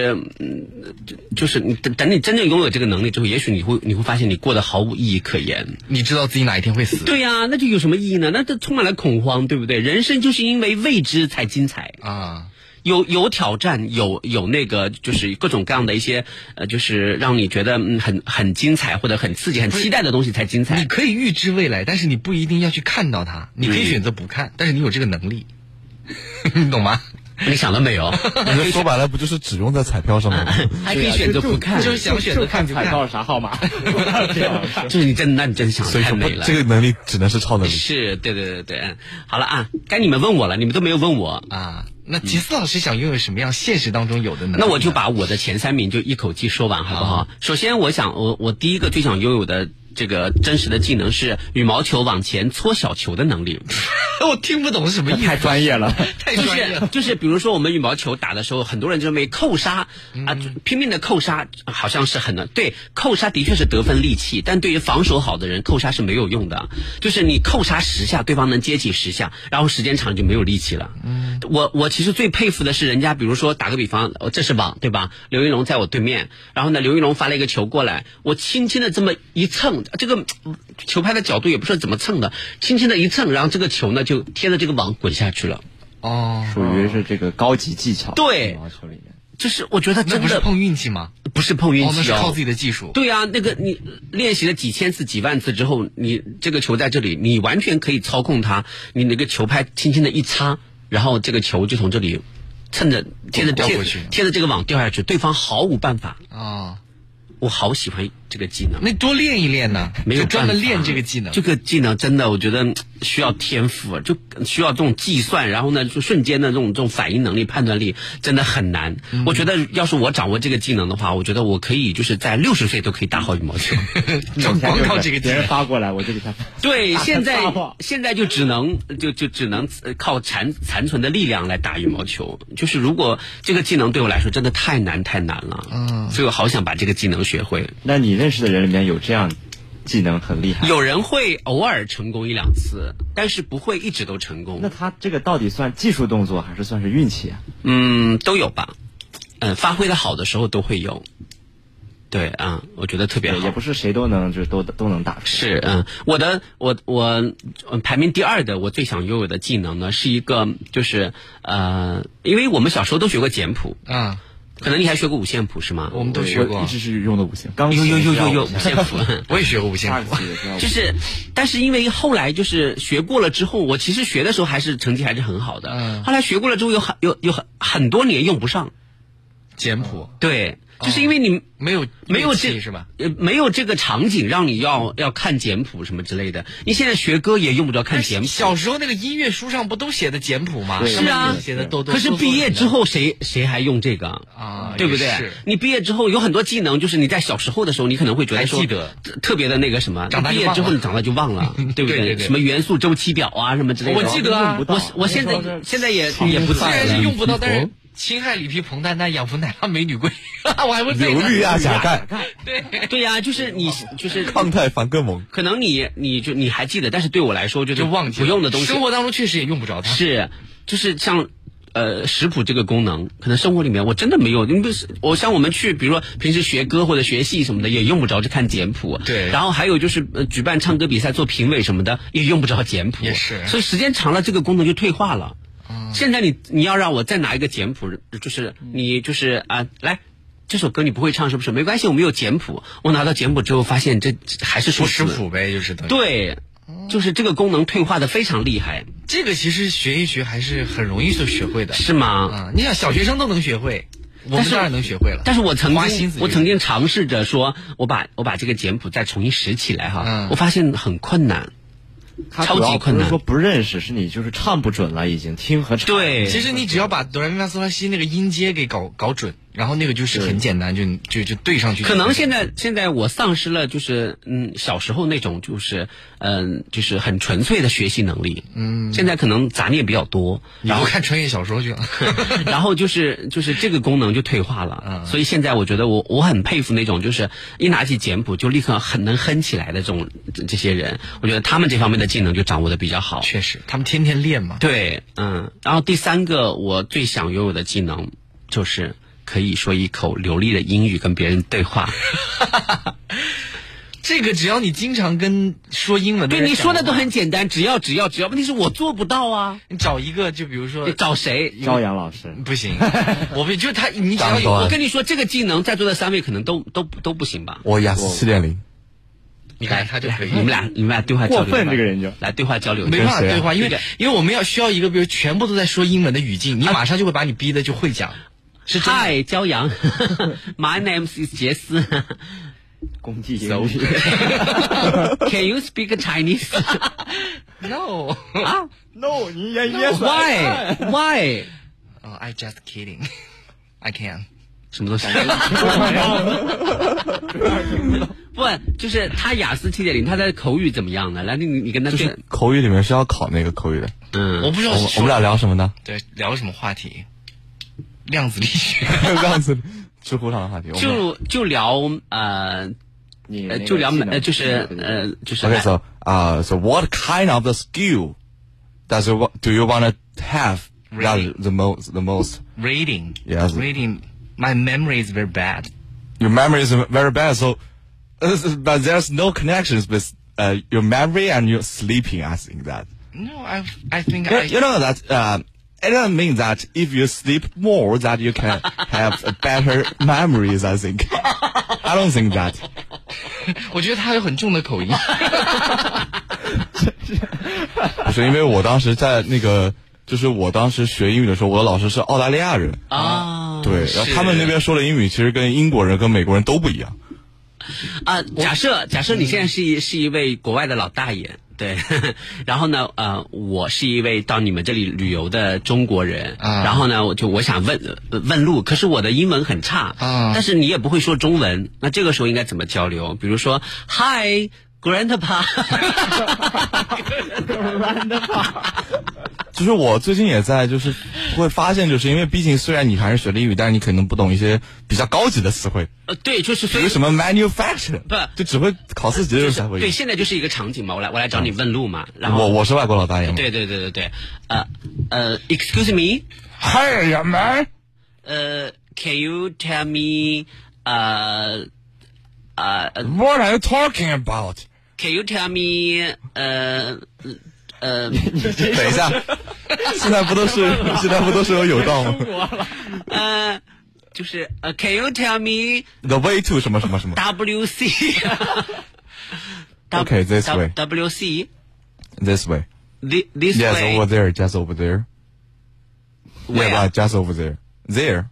等你真正拥有这个能力之后，也许你会发现你过得毫无意义可言。 你知道自己哪一天会死？ 对呀，那就有什么意义呢？那这充满了恐慌，对不对？人生就是因为未知才精彩啊。 有挑战，有那个就是各种各样的一些就是让你觉得很精彩或者很刺激、很期待的东西才精彩。 你可以预知未来，但是你不一定要去看到它，你可以选择不看，但是你有这个能力，你懂吗？ 你想到没有？ 你说白了不就是只用在彩票上面吗？ 还可以选择不看， 就是想选择看彩票啥号码。 就是你真的想得太美了。 这个能力只能是超能力。 是，对。好了啊，该你们问我了，你们都没有问我啊。那杰思老师想拥有什么样现实当中有的能力？ 那我就把我的前3名就一口气说完好不好？首先我第一个最想拥有的这个真实的技能是羽毛球往前搓小球的能力。 我听不懂是什么意思， 太专业了， 太专业了。 就是比如说我们羽毛球打的时候，很多人认为扣杀啊，拼命的扣杀好像是很对，扣杀的确是得分利器，但对于防守好的人，扣杀是没有用的。就是你扣杀10下，对方能接起10下，然后时间长就没有力气了。我其实最佩服的是人家，比如说打个比方，这是网对吧？刘云龙在我对面，然后呢，刘云龙发了一个球过来，我轻轻的这么一蹭，这个球拍的角度也不知道怎么蹭的，轻轻的一蹭，然后这个球呢就贴着这个网滚下去了。 哦，属于是这个高级技巧。 对， 羽毛球里面， 就是我觉得真的那不是碰运气吗？ 不是碰运气那是靠自己的技术。 对啊，那个你练习了几千次、几万次之后，你这个球在这里，你完全可以操控它。你那个球拍轻轻的一擦，然后这个球就从这里蹭着贴着这个网掉下去，对方毫无办法啊。 我好喜欢这个技能， 那多练一练呢？ 没有专门练这个技能。 这个技能真的，我觉得需要天赋，就需要这种计算，然后呢，就瞬间的这种反应能力、判断力，真的很难。我觉得要是我掌握这个技能的话，我觉得我可以就是在60岁都可以打好羽毛球。 光靠这个别人发过来，我就给他。 对，现在就只能靠残存的力量来打羽毛球。就是如果这个技能对我来说真的太难了，所以我好想把这个技能学会。 那你认识的人里面有这样技能很厉害？ 有人会偶尔成功1-2次，但是不会一直都成功。 那他这个到底算技术动作还是算是运气啊？ 都有吧。发挥的好的时候都会有。对啊，我觉得特别好。 也不是谁都能就都能打出来。 是我排名第2的我最想拥有的技能呢，是一个就是因为我们小时候都学过简谱啊。可能你还学过五线谱是吗？ 我们都学过， 一直是用的五线。 有五线谱， 我也学过五线谱。 就是，但是因为后来就是学过了之后，我其实学的时候成绩还是很好的。后来学过了之后，有很多年用不上简谱。 对。就是因为你没有这是吧？ 没有这个场景让你要看简谱什么之类的。你现在学歌也用不着看简谱。 小时候那个音乐书上不都写的简谱吗？ 是啊， 写的都。 可是毕业之后谁还用这个啊？ 对不对？你毕业之后有很多技能，就是你在小时候的时候，你可能会觉得说记得特别的那个什么，毕业之后你长大就忘了，对不对？什么元素周期表啊什么之类的。 我记得啊， 我现在也不在了。 虽然是用不到，但是侵害里皮硼氮氮养氟奶酪镁铝贵，我还会硫氯亚钾钙。 对呀，就是你就是抗肽反更猛。 可能你还记得，但是对我来说就忘记不用的东西， 生活当中确实也用不着它。 是，就是像。食谱这个功能，可能生活里面我真的没有，因为我像我们去，比如说平时学歌或者学戏什么的，也用不着去看简谱。 对。 然后还有就是举办唱歌比赛做评委什么的，也用不着简谱。 也是。 所以时间长了，这个功能就退化了。现在你要让我再拿一个简谱，就是你就是来。这首歌你不会唱是不是？没关系，我们有简谱。我拿到简谱之后，发现这还是说食谱呗，就是等于。 对。就是这个功能退化的非常厉害， 这个其实学一学还是很容易就学会的， 是吗？ 你想小学生都能学会，我们当然能学会了。 但是我曾经尝试着说，我把这个简谱再重新拾起来哈，我发现很困难。超级困难， 不是说不认识，是你就是唱不准了，已经听和唱。 对， 其实你只要把哆来咪发嗦拉西那个音阶给搞准，然后那个就是很简单，就对上去。 可能现在我丧失了就是小时候那种就是就是很纯粹的学习能力。现在可能杂念比较多， 然后看穿越小说去了， 然后就是这个功能就退化了。所以现在我觉得我很佩服那种就是一拿起简谱就立刻很能哼起来的这些人，我觉得他们这方面的技能就掌握的比较好。 确实，他们天天练嘛。 对，然后第三个我最想拥有的技能就是可以说一口流利的英语跟别人对话。 这个只要你经常跟说英文的人， 对你说的都很简单，只要，问题是我做不到啊。 你找一个，就比如说， 你找谁？ 朝阳老师不行，就他，你只要有， 我跟你说，这个技能在座的3位可能都不行吧。 我雅思7.0。 你看他就可以， 你们俩对话交流。 过分这个人就来对话交流， 没办法对话，因为我们需要一个，比如全部都在说英文的语境，你马上就会把你逼的就会讲。是 Hi， 骄阳，My name is 杰斯。 公祭英语。 Can you speak Chinese? No. No, 你yes. Why? Oh, I just kidding. I can. 什么东西？不，就是他雅思7.0，他的口语怎么样呢？来，你跟他就是口语里面是要考那个口语的。 我不知道我们俩聊什么呢？ 对，聊什么话题？量子力学。 量子知乎上的话题。 就聊就聊就是。 Okay, so what kind of the skill do you want to have? The most reading. Yes. Reading. My memory is very bad. Your memory is very bad, so but there's no connections with your memory and your sleeping. I think that. No, I think you know that it doesn't mean that if you sleep more that you can have better memories. I think. I don't think that. 我觉得他有很重的口音。 不是，因为我当时在那个。就是我当时学英语的时候，我的老师是澳大利亚人啊， 对，然后他们那边说的英语其实跟英国人跟美国人都不一样。 假设你现在是一位国外的老大爷，对，然后呢，我是一位到你们这里旅游的中国人，然后呢，我想问路，可是我的英文很差，但是你也不会说中文，那这个时候应该怎么交流？比如说 ，Hi Grandpa， 就是我最近也在，就是会发现，就是因为毕竟虽然你还是学了英语，但是你可能不懂一些比较高级的词汇。 对，就是比如什么 manufacture， 不就只会考试级的时候才会。 对，现在就是一个场景嘛，我来找你问路嘛，然后我是外国老大爷嘛。 对，excuse me，Hi young man，can you tell me what are you talking about？Can you tell me 等一下，现在不都是有道吗？ 就是 Can you tell me the way to 什么 WC Okay, this way. WC This way. This yes, way. Over there, just over there. Where? Yeah, just over there. There.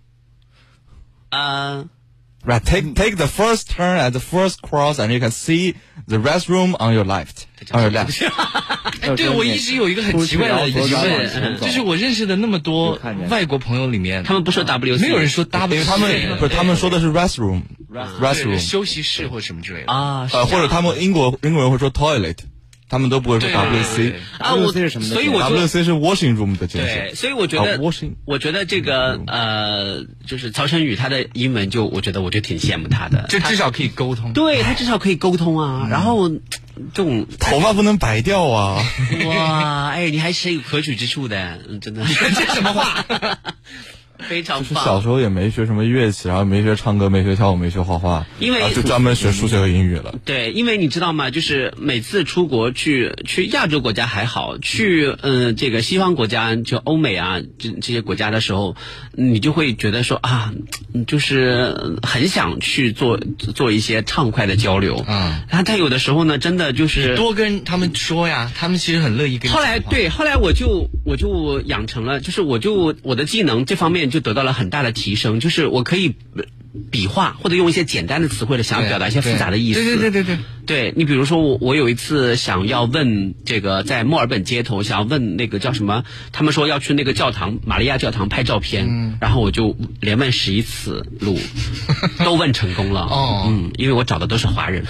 Right, take the first turn at the first cross, and you can see the restroom on your left. On your left. 对，我一直有一个很奇怪的疑问，就是我认识的那么多外国朋友里面， 他们不说 WC， 没有人说 WC， 因为他们说的是 restroom， 休息室或什么之类的啊， 或者他们英国人会说 toilet。 他们都不会说 WC 啊，我是什么？所以我 WC 是 washing room 的简写。对，所以我觉得，我觉得这个就是曹晨宇他的英文我觉得挺羡慕他的， 这至少可以沟通。 对他至少可以沟通啊，然后这种头发不能白掉啊！ 哇，哎，你还是有可取之处的，真的。 这什么话？ 非常棒。小时候也没学什么乐器，然后没学唱歌，没学跳舞，没学画画， 因为就专门学数学和英语了。 对，因为你知道吗？就是每次出国去亚洲国家还好，去这个西方国家，就欧美啊这些国家的时候，你就会觉得说啊，就是很想去做一些畅快的交流。但有的时候呢，真的就是多跟他们说呀，他们其实很乐意跟你后来我就养成了，就是我的技能这方面就得到了很大的提升，就是我可以比划或者用一些简单的词汇的想要表达一些复杂的意思。对，你比如说我有一次想要问这个在墨尔本街头想要问那个叫什么，他们说要去那个教堂玛利亚教堂拍照片，然后我就连问11次路都问成功了。因为我找的都是华人。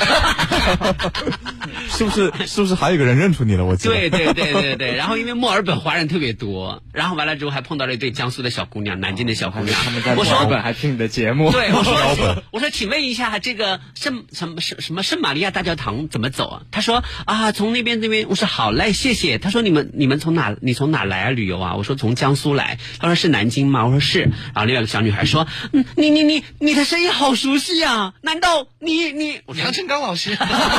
是不是还有一个人认出你了？我记得。 对。然后因为墨尔本华人特别多，然后完了之后还碰到了一对江苏的小姑娘，南京的小姑娘。 他们在墨尔本还听你的节目。 对，我说，请问一下，这个圣玛利亚大教堂怎么走啊？他说啊，从那边。我说好嘞，谢谢。他说你们从哪来啊？旅游啊？我说从江苏来。他说是南京吗？我说是。然后另外一个小女孩说，你的声音好熟悉啊，难道你杨成刚老师？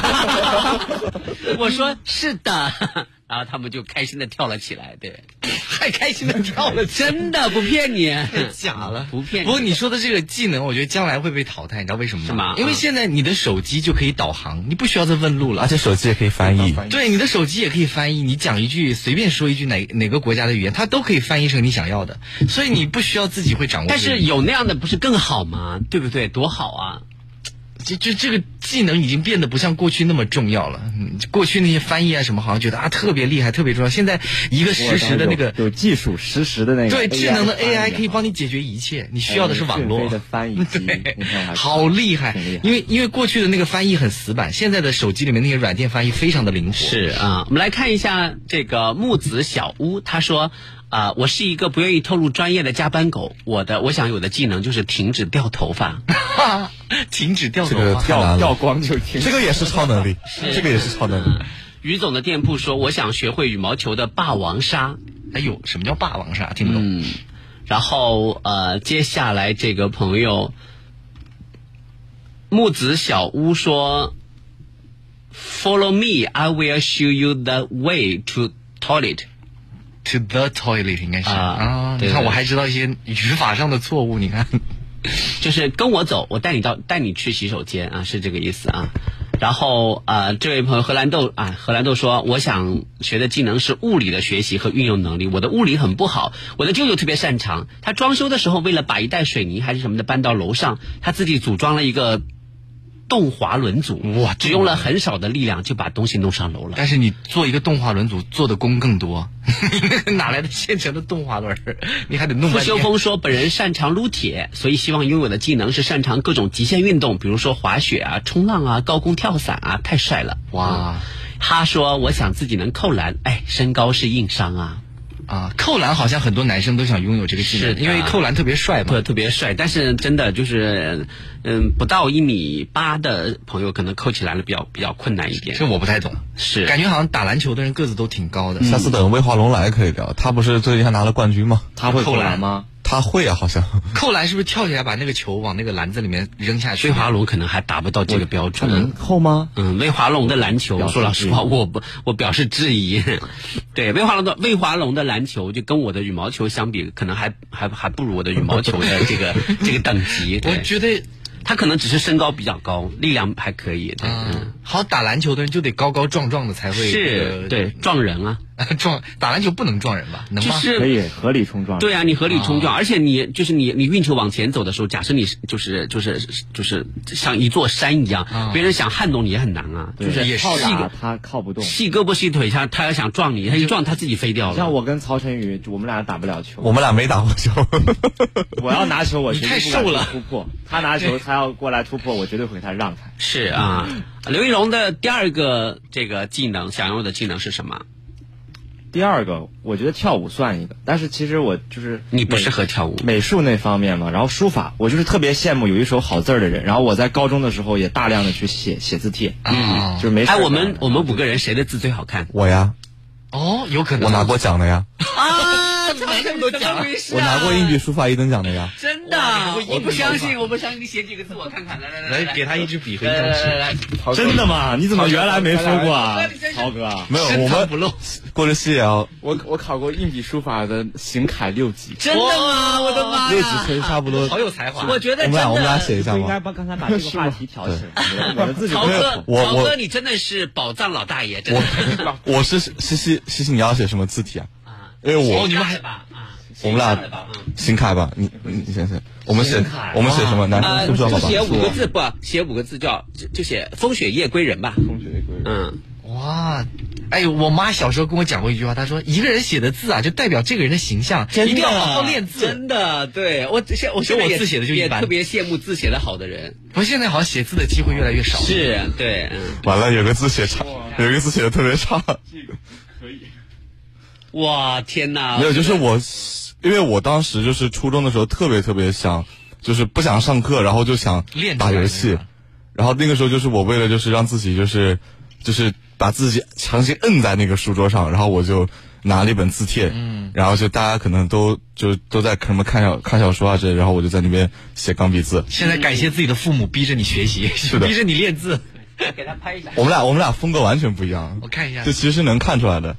我说是的。然后他们就开心的跳了起来，对， 还开心的跳了， 真的不骗你， 假了， 不骗你。 不过你说的这个技能，我觉得将来会被淘汰，你知道为什么吗？ 是吗？ 因为现在你的手机就可以导航，你不需要再问路了， 而且手机也可以翻译。 对，你的手机也可以翻译，你讲一句随便说一句哪个国家的语言，它都可以翻译成你想要的，所以你不需要自己会掌握。 但是有那样的不是更好吗？对不对？多好啊！ 就这个技能已经变得不像过去那么重要了。过去那些翻译啊什么，好像觉得特别厉害、特别重要。现在一个实时的那个有技术实时的那个对智能的 AI 可以帮你解决一切，你需要的是网络。 的翻译机， 好厉害！因为过去的那个翻译很死板，现在的手机里面那些软件翻译非常的灵活。 是啊，我们来看一下这个木子小屋，他说。我是一个不愿意透露专业的加班狗，我想有的技能就是停止掉头发。 停止掉头发，掉光就停。 这个也是超能力，这个也是超能力。 于总的店铺说，我想学会羽毛球的霸王杀。 哎呦，什么叫霸王杀？听不懂。 然后接下来这个朋友木子小屋说 ，Follow me, I will show you the way to toilet。To the toilet 应该是你看我还知道一些语法上的错误，你看， 就是跟我走，我带你去洗手间啊，是这个意思啊。然后这位朋友荷兰豆说，我想学的技能是物理的学习和运用能力。我的物理很不好，我的舅舅特别擅长。他装修的时候，为了把一袋水泥还是什么的搬到楼上，他自己组装了一个动滑轮组，哇！只用了很少的力量就把东西弄上楼了。 但是你做一个动滑轮组做的工更多，你哪来的现成的动滑轮？你还得弄。 傅修峰说，本人擅长撸铁，所以希望拥有的技能是擅长各种极限运动，比如说滑雪啊、冲浪啊、高空跳伞啊，太帅了！哇！他说，我想自己能扣篮，身高是硬伤啊。 扣篮好像很多男生都想拥有这个技能，因为扣篮特别帅嘛。 对，特别帅。但是真的就是，不到1.8米的朋友可能扣起来了比较困难一点。 这我不太懂， 是感觉好像打篮球的人个子都挺高的。 下次等魏华龙来可以聊，他不是最近还拿了冠军吗？ 他会扣篮吗？ 他会啊，好像。 扣篮是不是跳起来把那个球往那个篮子里面扔下去？ 魏华龙可能还达不到这个标准。 能扣吗？ 魏华龙的篮球，说老实话，我表示质疑。对，魏华龙的篮球就跟我的羽毛球相比，可能还不如我的羽毛球的这个等级。 我觉得他可能只是身高比较高，力量还可以。 好，打篮球的人就得高高壮壮的才会是对撞人啊。 打篮球不能撞人吧？能吗？ 可以合理冲撞。 对啊，你合理冲撞，而且你就是你运球往前走的时候，假设你就是像一座山一样，别人想撼动你也很难啊。就是也靠打他靠不动， 细胳膊细腿，他要想撞你，他一撞他自己飞掉了。 像我跟曹晨宇，我们俩打不了球。 我们俩没打过球。 我要拿球，我太瘦了突破。他拿球，他要过来突破，我绝对会给他让开。 是啊，刘一龙的第二个这个技能，想要的技能是什么？ 第二个，我觉得跳舞算一个，但是其实我就是你不适合跳舞， 美术那方面嘛。然后书法，我就是特别羡慕有一手好字的人。然后我在高中的时候也大量的去写字帖，就是没事。 哎，我们5个人谁的字最好看？ 我呀。 哦，有可能。 我拿过奖的呀。 啊，这么多奖， 我拿过硬币书法1等奖的呀。 真的，我不相信，你写几个字我看看， 来，给他一支笔和一张纸。 真的吗？你怎么原来没说过啊，曹哥？ 没有，我们不漏。 过着戏啊， 我考过硬笔书法的行楷6级。 真的吗？我的妈呀！ 6级差不多。 好有才华。 我觉得我们俩写一下吗？ 应该刚才把这个话题挑起来。我的自己曹哥，你真的是宝藏老大爷，真的。 我是西西，你要写什么字体啊？因为你们还我们俩行楷吧，你先写。我们写什么？男生宿舍好吧？ 就写5个字，不写5个字就写风雪夜归人吧。 风雪夜归人。 哇，哎，我妈小时候跟我讲过一句话，她说一个人写的字啊，就代表这个人的形象，一定要好好练字。 真的，对我现在字写的就一般， 也特别羡慕字写的好的人。 不过现在好像写字的机会越来越少。 是，对， 完了，有个字写差，有一个字写的特别差。这个可以。 哇，天哪！ 没有，就是因为我当时就是初中的时候特别想，就是不想上课，然后就想打游戏，然后那个时候就是我为了就是让自己就是把自己强行摁在那个书桌上，然后我就拿了一本字帖，然后就大家可能都在什么看小说啊之类，然后我就在那边写钢笔字。 现在感谢自己的父母逼着你学习，逼着你练字， 给他拍一下。 我们俩风格完全不一样， 我看一下， 这其实是能看出来的。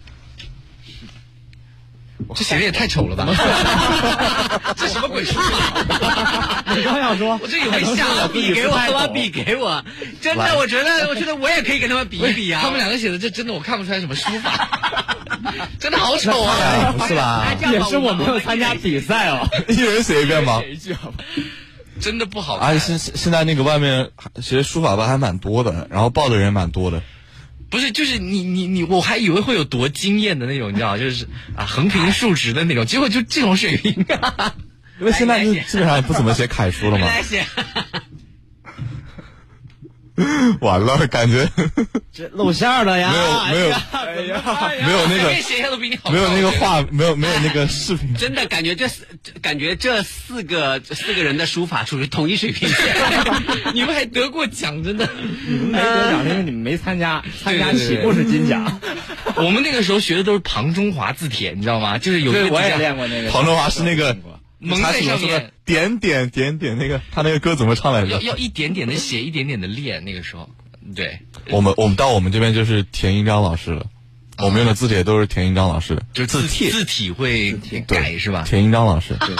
这写的也太丑了吧！这什么鬼书法？ 你刚想说， 我这以为下笔给我，把笔给我。真的，我觉得我也可以跟他们比一比啊。 他们两个写的这真的我看不出来什么书法，真的好丑啊！ 不是吧？ 也是我没有参加比赛哦， 一人写一遍吗？ 写一句好吧。 真的不好看。 而且现在那个外面学书法班还蛮多的，然后报的人蛮多的。 不是，就是你，我还以为会有多惊艳的那种，你知道，就是横平竖直的那种，结果就这种水平啊！ 因为现在就基本上不怎么写楷书了嘛。完了，感觉这露馅了呀！ 没有那个画，没有那个视频。 真的感觉这四个人的书法属于同一水平线。 你们还得过奖，真的。 你们没得奖，因为你们没参加起步是金奖。 我们那个时候学的都是庞中华字帖，你知道吗？就是有对，我也练过那个。 庞中华是那个。 蒙在上面， 点那个，他那个歌怎么唱来着？ 要一点点的写，一点点的练。那个时候，对， 我们到我们这边就是田一章老师了，我们用的字帖都是田一章老师的， 就是字体会改是吧？ 田一章老师，对。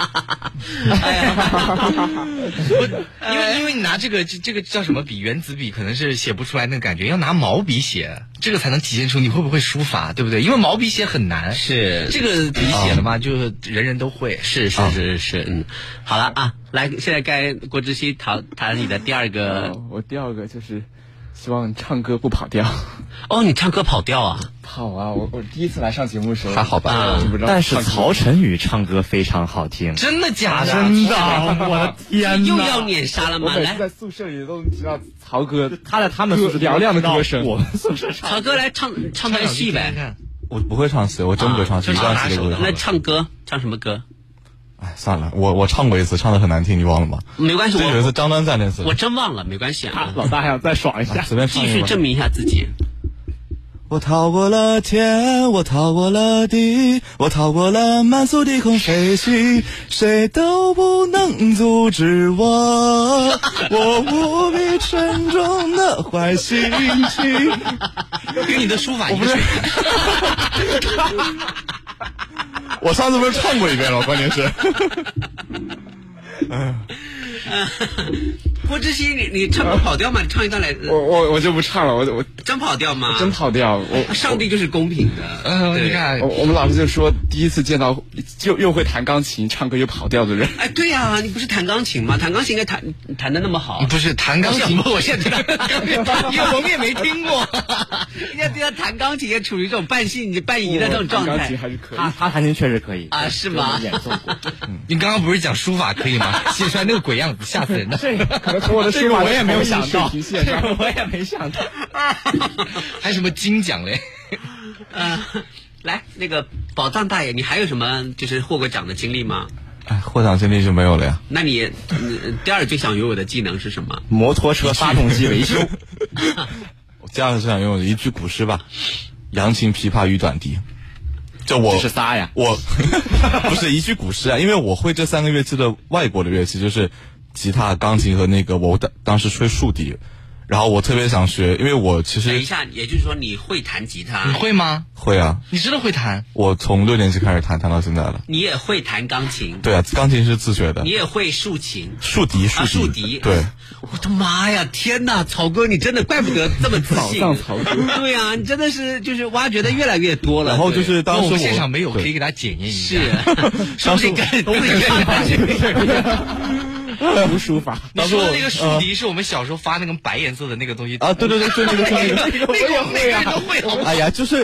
因为你拿这个叫什么笔，原子笔可能是写不出来那个感觉，要拿毛笔写，这个才能体现出你会不会书法，对不对？因为毛笔写很难， 是这个笔写了嘛，就人人都会。 是，好了啊，来，现在该郭志熙谈你的第二个。 我第二个就是希望唱歌不跑调。 哦，你唱歌跑调啊？ 跑啊！我第一次来上节目的时候还好吧？ 但是曹晨宇唱歌非常好听， 真的假的？ 真的，我的天哪！ 又要碾杀了吗？来， 在宿舍里都能听到曹哥， 他们宿舍嘹亮的歌声。 我们宿舍曹哥来唱段戏呗。 我不会唱戏，我真不会唱戏，一段戏都不会唱。 那唱歌唱什么歌？ 哎，算了，我唱过一次，唱得很难听，你忘了吗？ 没关系， 这有一次张端在那次， 我真忘了，没关系啊。 老大还想再爽一下， 随便唱一继续证明一下自己。 我逃过了天，我逃过了地，我逃过了满速低空飞行，谁都不能阻止我，我无比沉重的坏心情。 跟你的书法一个水平。 我上次不是唱过一遍了，关键是。哎呀。 郭志熙，你唱歌跑调吗？你唱一段来。 我就不唱了，我真跑调吗？ 真跑调， 上帝就是公平的。 你看， 我们老师就说，第一次见到又会弹钢琴、唱歌又跑调的人。 哎，对呀，你不是弹钢琴吗？弹钢琴应该弹的那么好。 不是弹钢琴， 我现在我们也没听过。人家对他弹钢琴也处于这种半信半疑的这种状态。 钢琴还是可以， 他弹琴确实可以啊，是吗？ 演奏过。 你刚刚不是讲书法可以吗？写出来那个鬼样子，吓死人的。 可能从我的书法我也没有想到， 我也没想到。 还什么金奖嘞？ 来，那个宝藏大爷，你还有什么就是获过奖的经历吗？ 获奖经历就没有了呀。 那你第二最想拥有的技能是什么？ 摩托车发动机维修。 我第二个最想拥有的一句古诗吧：扬琴琵琶与短笛。这是仨呀？ 我不是一句古诗啊，因为我会这3个乐器的外国的乐器，就是吉他、钢琴和那个我当时吹竖笛。然后我特别想学，因为我其实等一下，也就是说你会弹吉他？ 你会吗？ 会啊。 你真的会弹？ 我从6年级开始弹到现在了。 你也会弹钢琴？ 对啊，钢琴是自学的。 你也会竖琴？ 竖笛。对。 我的妈呀！天哪，曹哥，你真的怪不得这么自信。 曹哥。 对啊，你真的是就是挖掘的越来越多了。 然后就是当时我们现场没有，可以给他检验一下。 是，当时都会看。 读书法。 你说的那个竖笛是我们小时候发那个白颜色的那个东西啊？对，就那个， 我也会啊，都会。 哎呀，就是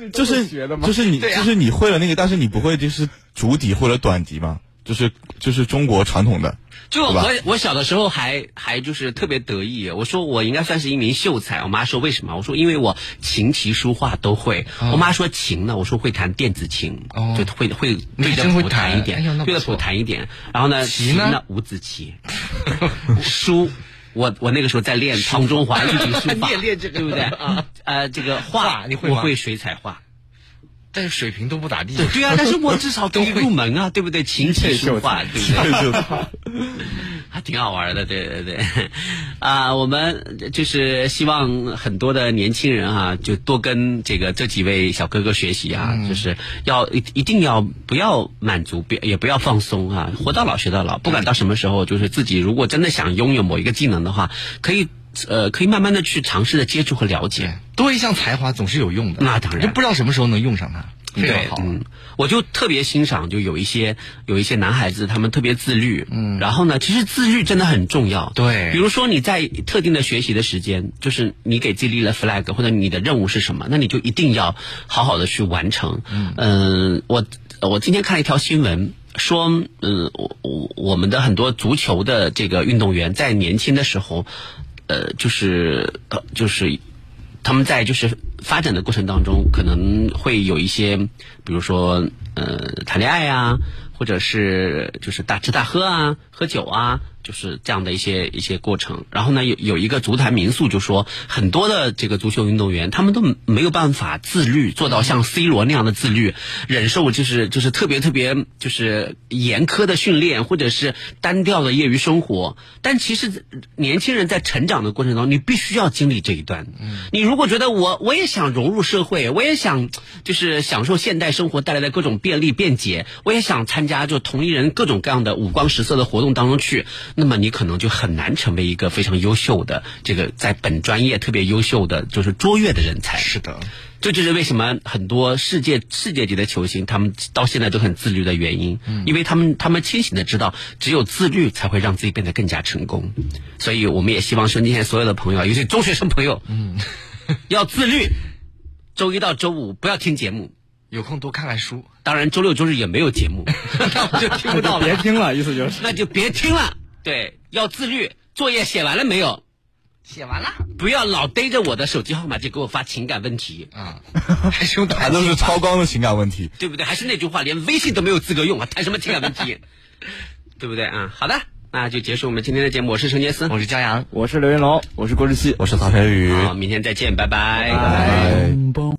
你会了那个，但是你不会就是竹笛或者短笛嘛？就是中国传统的。 就我小的时候还就是特别得意，我说我应该算是一名秀才。我妈说为什么？我说因为我琴棋书画都会。我妈说琴呢，我说会弹电子琴，就会对着谱弹一点，对着谱弹一点。然后呢，棋呢五子棋，书。我那个时候在练唐中华一级书法， 练这个对不对？这个画你会吗？ 我会水彩画。 但是水平都不咋地。 对啊，但是我至少可以入门啊，对不对？琴棋书画，对不对？还挺好玩的，对。我们就是希望很多的年轻人啊，就多跟这几位小哥哥学习啊，就是一定要不要满足，也不要放松啊，活到老学到老，不管到什么时候，就是自己如果真的想拥有某一个技能的话，可以慢慢的去尝试的接触和了解。 多一项才华总是有用的， 那当然， 就不知道什么时候能用上它。 对，我就特别欣赏，就有一些男孩子，他们特别自律，然后呢，其实自律真的很重要， 对， 比如说你在特定的学习的时间，就是你给自己立了 flag， 或者你的任务是什么，那你就一定要好好的去完成。我今天看了一条新闻，说，我们的很多足球的这个运动员在年轻的时候，就是他们在就是发展的过程当中，可能会有一些，比如说谈恋爱啊，或者是就是大吃大喝啊，喝酒啊，就是这样的一些过程。然后呢，有一个足坛民宿就说，很多的这个足球运动员，他们都没有办法自律，做到像 C 罗那样的自律，忍受就是特别就是严苛的训练，或者是单调的业余生活。但其实年轻人在成长的过程中，你必须要经历这一段。你如果觉得我也想融入社会，我也想就是享受现代生活带来的各种便利便捷，我也想参加就同龄人各种各样的五光十色的活动当中去，那么你可能就很难成为一个非常优秀的这个在本专业特别优秀的就是卓越的人才。 是的， 这就是为什么很多世界级的球星他们到现在都很自律的原因，因为他们清醒的知道，只有自律才会让自己变得更加成功。所以我们也希望说，今天所有的朋友，尤其中学生朋友，要自律。周一到周五不要听节目， 有空多看看书。 当然周六周日也没有节目，那我就听不到了。 别听了，意思就是那就别听了。对，要自律。作业写完了没有？ 写完了。 不要老逮着我的手机号码就给我发情感问题啊，还是用还都是超纲的情感问题， 对不对？还是那句话，连微信都没有资格用啊，谈什么情感问题？对不对啊？好的，那就结束我们今天的节目。我是陈杰斯， 我是江阳， 我是刘云龙， 我是郭志熙， 我是曹天宇。 好，明天再见，拜拜。 拜拜。